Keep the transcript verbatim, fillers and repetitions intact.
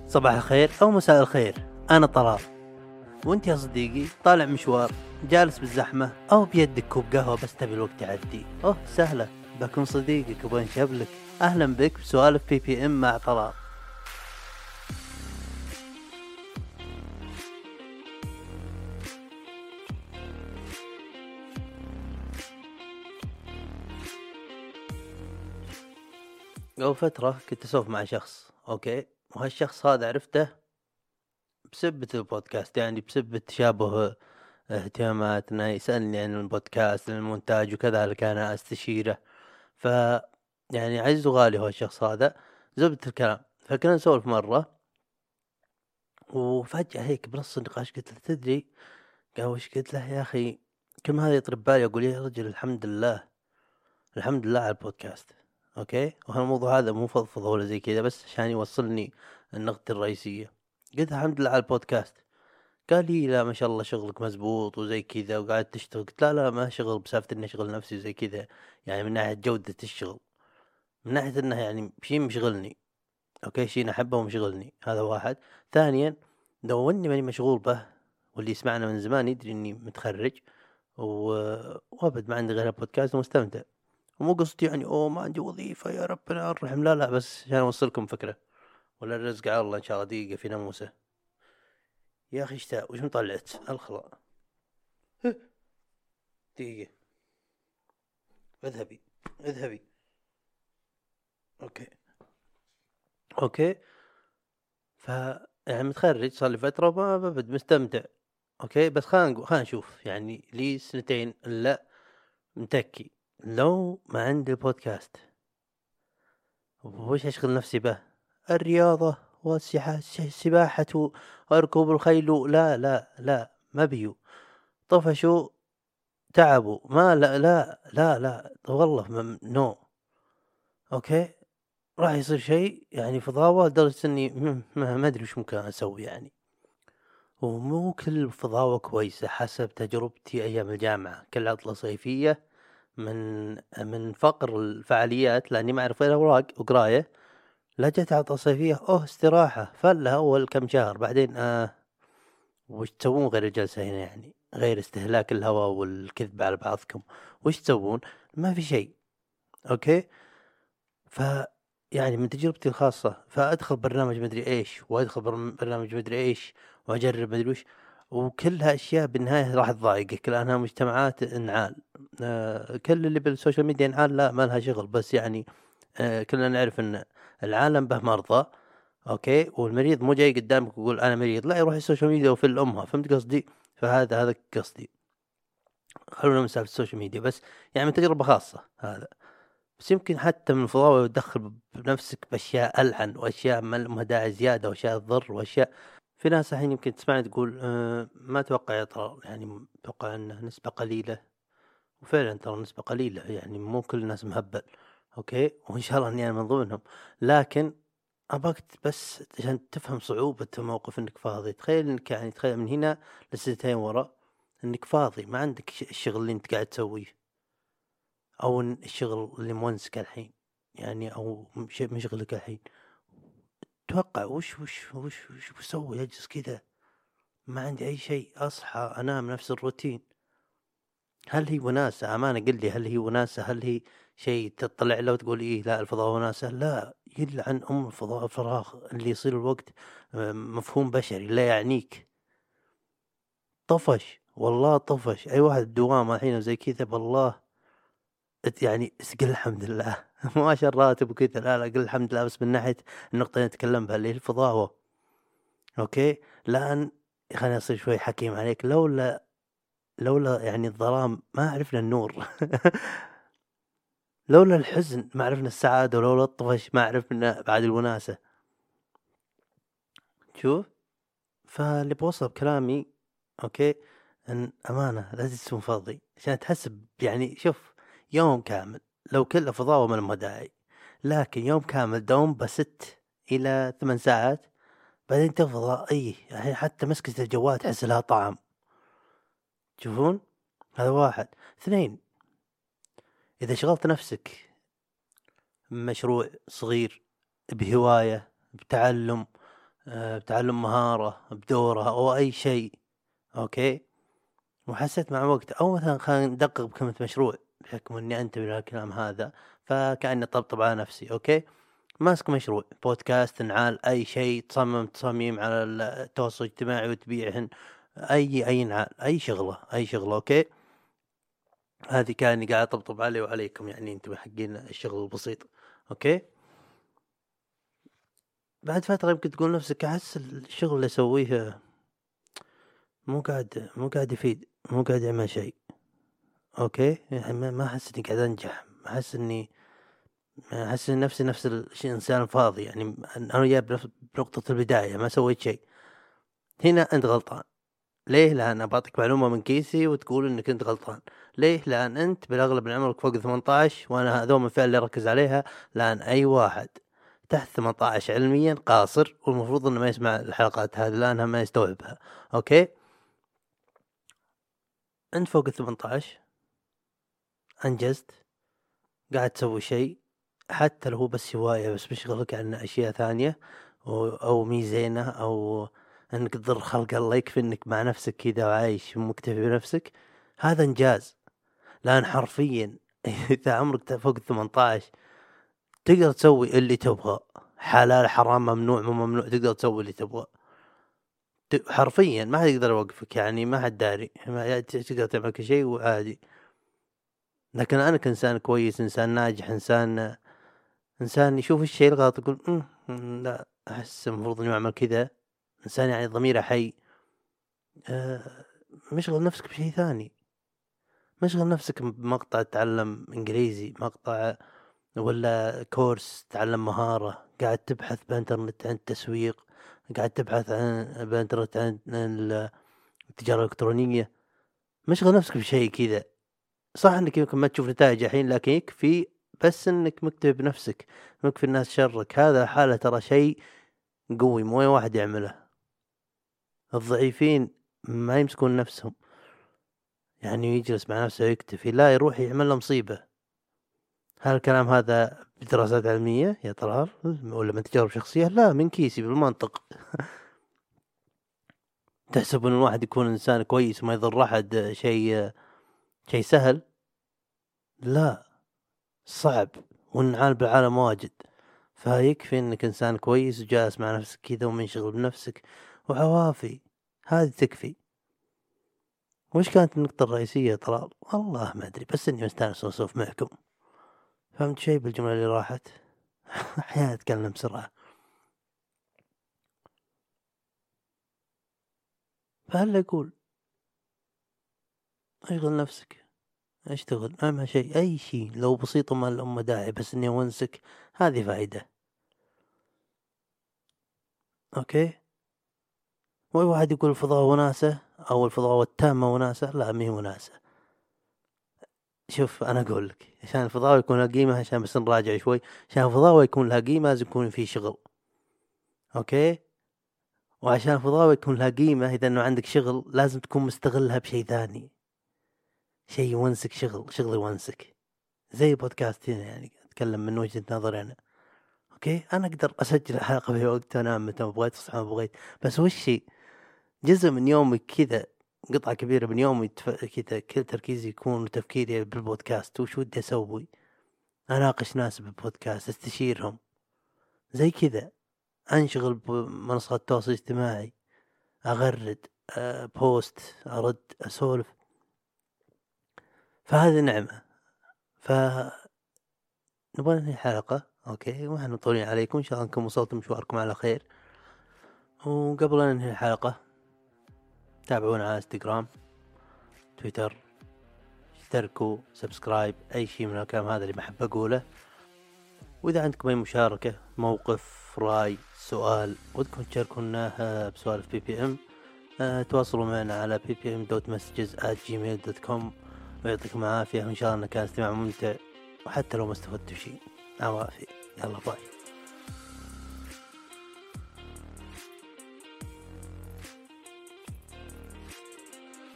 صباح الخير أو مساء الخير، أنا طلال. وانت يا صديقي طالع مشوار، جالس بالزحمة أو بيدك كوب قهوة بس تبي الوقت يعدي. أوه سهلة، بكون صديقك وبنشبلك. أهلا بك بسوالف بي بي إم مع طلال. قبل فترة كنت أسولف مع شخص، أوكي، وهالشخص هذا عرفته بسبة البودكاست، يعني بسبة تشابه اهتماماتنا. يسألني عن البودكاست، المونتاج وكذلك أنا أستشيره. ف يعني عزيز وغالي هو الشخص هذا. زبدة الكلام، فكنا نسولف مرة وفجأة هيك بنص النقاش قلت له تدري، قال وش؟ قلت له يا أخي كل ما هذا يطرب بالي أقول يا رجل الحمد لله، الحمد لله على البودكاست. أوكي، وهالموضوع هذا مو فضفضة ولا زي كذا، بس عشان يوصلني النقطة الرئيسية. قلت الحمد لله على البودكاست. قال لي لا ما شاء الله شغلك مزبوط وزي كذا وقاعد تشتغل. قلت لا لا ما شغل بسالفة اني اشغل نفسي وزي كذا، يعني من ناحية جودة الشغل، من ناحية انه يعني شيء مشغلني. اوكي، شيء احبه ومشغلني، هذا واحد. ثانيا، لو اني ماني مشغول به، واللي يسمعنا من زمان يدري اني متخرج و... وابد ما عندي غير البودكاست ومستمتع. ومو قصدي يعني اوه ما عندي وظيفة يا ربنا الرحم، لا لا، بس عشان اوصلكم فكرة. ولا الرزق على الله ان شاء الله. دقيقة في ناموسة يا اخي اشتاء، وش مطلعت الخلاء؟ دقيقة، اذهبي اذهبي. اوكي اوكي. ف يعني متخرج صار لي فترة وما ببد مستمتع. اوكي، بس خلينا نقول خلينا نشوف، يعني لي سنتين لا متكي. لو ما عندي بودكاست وش اشغل نفسي به؟ الرياضة والسباحة وركوب الخيل، لا لا لا ما بيو. طفشوا، تعبوا، ما لا لا لا لا والله ما نو. اوكي، راح يصير شيء يعني فضاوة لدرجة اني م- ما ما ادري وش ممكن اسوي يعني. ومو كل فضاوة كويسة حسب تجربتي ايام الجامعة. كل عطلة صيفية من من فقر الفعاليات لاني ما اعرف غير اوراق وقراية، لا جت عطلة صيفية اوه استراحة فلها اول كم شهر، بعدين اه وش تسوون غير الجلسة هنا؟ يعني غير استهلاك الهواء والكذب على بعضكم، وش تسوون؟ ما في شيء. اوكي، ف يعني من تجربتي الخاصة فأدخل برنامج مدري إيش وأدخل برم- برنامج مدري إيش وأجرب مدري وش، وكلها أشياء بالنهاية راح تضايقك لأنها مجتمعات انعال. آه كل اللي بالسوشيال ميديا انعال، لا ما لها شغل، بس يعني آه كلنا نعرف أن العالم به مرضى. أوكي، والمريض مو جاي قدامك ويقول أنا مريض، لا يروح السوشيال ميديا وفي الأمها. فهمت قصدي؟ فهذا هذا قصدي. خلونا من سالفة السوشيال ميديا بس، يعني من تجربة خاصة هذا. بس يمكن حتى من الفضاوة تدخل بنفسك بأشياء ألعن وأشياء ما لها داعي زيادة وأشياء تضر وأشياء. في ناس الحين يمكن تسمعني تقول أه ما أتوقع يطلع، يعني أتوقع أنه نسبة قليلة. وفعلا ترى نسبة قليلة، يعني مو كل الناس مهبل. أوكي، وإن شاء الله أني أنا من ضمنهم. لكن أبغاك بس عشان تفهم صعوبة الموقف إنك فاضي. تخيل إنك يعني تخيل من هنا لسنتين ورا إنك فاضي، ما عندك ش- الشغل اللي أنت قاعد تسويه، او إن الشغل اللي مونسك الحين، يعني او مش- مشغلك الحين. توقع وش وش وش وش بسوي؟ اجلس كذا ما عندي اي شيء، اصحى انام نفس الروتين. هل هي وناسة؟ امانة قل لي، هل هي وناسة؟ هل هي شيء تطلع له وتقول ايه لا الفضاء وناسة؟ لا، يلعن ام الفضاء الفراغ اللي يصير الوقت آه، مفهوم بشري لا يعنيك. طفش والله طفش. اي واحد بدوامه الحين زي كذا بالله ات- يعني قل الحمد لله. ما عشان راتب وكذا، لا لا قل الحمد لله، بس من ناحية النقطة اللي نتكلم بها اللي هي الفضاوة. اوكي، لان خليني اصير شوي حكيم عليك. لولا لولا يعني الظلام ما عرفنا النور. لولا الحزن ما عرفنا السعادة، ولولا الطفش ما عرفنا بعد الوناسة. شوف، فاللي بوصل بكلامي اوكي ان امانة لازم تكون فاضي عشان تحسب. يعني شوف، يوم كامل لو كله فضاوة ما له داعي، لكن يوم كامل دوم بست الى ثمان ساعات بعدين تفضى اي يعني حتى مسكة الجوال تحس لها طعم. تشوفون؟ هذا واحد. اثنين، اذا شغلت نفسك مشروع صغير، بهواية، بتعلم، بتعلم مهارة بدورة أو أي شيء. أوكي، وحسيت مع وقت أو مثلا خلينا ندقق بكلمة مشروع بحكم إني أنتبه للكلام هذا، فكأني طبطب على نفسي. أوكي، ماسك مشروع بودكاست، نعال، أي شيء، تصمم تصاميم على التواصل الاجتماعي وتبيعهن، أي أي نعال، أي شغلة أي شغلة. أوكي، هذه كأني قاعد أطبطب علي وعليكم، يعني أنتم حقين الشغل البسيط. أوكي، بعد فترة يمكن تقول نفسك أحس الشغل اللي أسويه مو قاعد مو قاعد يفيد، مو قاعد يعمل شيء. أوكي، يعني ما أحس إني قاعد أنجح، أحس إني أحس إن نفسي نفس الإنسان فاضي، يعني أنا جاي بنقطة البداية ما سويت شيء. هنا أنت غلطان. ليه؟ لأن بعطيك معلومة من كيسي وتقول إنك أنت غلطان. ليه؟ لأن أنت بالأغلب من عمرك فوق ثمانية عشر، وأنا هذول من الفئة اللي أركز عليها، لأن أي واحد تحت ثمانية عشر علميا قاصر، والمفروض إنه ما يسمع الحلقات هذه لأنها ما يستوعبها. أوكي، أنت فوق ثمانية عشر أنجزت، قاعد تسوي شيء حتى لو هو بس هواية، بس بيشغلك عن أشياء ثانية أو ميزينة أو أنك تضر خلق الله، يكفي أنك مع نفسك كذا وعايش ومكتفي بنفسك، هذا إنجاز. لأن حرفيا إذا عمرك فوق ثمانية عشر تقدر تسوي اللي تبغى، حلال حرام ممنوع مو ممنوع، تقدر تسوي اللي تبغى حرفيا، ما حد يقدر يوقفك، يعني ما حد داري، ما تقدر تعمل كل شيء وعادي. لكن أنا كإنسان كويس، إنسان ناجح، إنسان إنسان يشوف الشيء الغلط يقول أمم لا، أحس المفروض إني أعمل كذا. إنسان يعني ضميره حي. أه، مشغل نفسك بشيء ثاني، مشغل نفسك بمقطع تتعلم إنجليزي، مقطع ولا كورس تعلم مهارة، قاعد تبحث بإنترنت عن التسويق، قاعد تبحث عن بإنترنت عن التجارة الإلكترونية. مشغل نفسك بشيء كذا. صح إنك يمكن ما تشوف نتائج الحين، لكن يكفي بس إنك مكتب بنفسك، مكفي الناس شرك، هذا حالة ترى شيء قوي، مو أي واحد يعمله. الضعيفين ما يمسكون نفسهم، يعني يجلس مع نفسه ويكتفي، لا، يروح يعمل له مصيبة. هل الكلام هذا بدراسات علمية يا طلال ولا من تجارب شخصية؟ لا، من كيسي بالمنطق. تحسب ان الواحد يكون انسان كويس وما يضر احد شيء شيء سهل؟ لا، صعب، والنعال بالعالم واجد. فيكفي انك انسان كويس وجالس مع نفسك كذا ومنشغل بنفسك وعوافي، هذه تكفي. وش كانت النقطة الرئيسية طلال؟ والله ما ادري، بس اني مستانس وصوف معكم. فهمت شيء بالجملة اللي راحت؟ احيانا اتكلم بسرعة. فهل اقول اشغل نفسك، اشتغل، اهم شيء اي شيء لو بسيط ما الامة داعي، بس اني اونسك، هذه فائدة. اوكي، واي واحد يقول الفضاء وناسة او الفضاء التامة وناسة، لا، مي وناسة. شوف انا اقول لك، عشان الفضاء يكون له قيمة، عشان بس نراجع شوي، عشان الفضاء يكون له قيمة لازم يكون فيه شغل. اوكي، وعشان الفضاء يكون لها قيمة، اذا انه عندك شغل لازم تكون مستغلها بشيء ثاني، شيء يونسك، شغل شغل يونسك، زي بودكاست هنا، يعني اتكلم من وجهة نظري انا. اوكي، انا اقدر اسجل الحلقة في وقت انام متى ما بغيت، اصحى ما بغيت، بس وش جزء من يومي كذا، قطعة كبيرة من يومي تف... كذا كل تركيزي يكون وتفكيري بالبودكاست. وش ودي اسوي؟ اناقش ناس بالبودكاست، استشيرهم زي كذا، انشغل بمنصات التواصل الاجتماعي، اغرد، أه بوست، ارد، اسولف. فهذه نعمة. ف نبغى ننهي الحلقة. اوكي، ما احنا مطولين عليكم، ان شاء الله انكم وصلتم مشواركم على خير. وقبل ان ننهي الحلقة، تابعونا على انستغرام، تويتر، اشتركوا، سبسكرايب، اي شيء من الكلام هذا اللي بحب اقوله. واذا عندكم اي مشاركة، موقف، راي، سؤال ودكم تشاركوناه بسوالف بي بي ام، أه تواصلوا معنا على بي بي ام دوت مسجز آت جيميل دوت كوم. ويعطيكم العافية، وان شاء الله انه كان استماع ممتع، وحتى لو ما استفدتوا شيء، عوافي، يلا باي.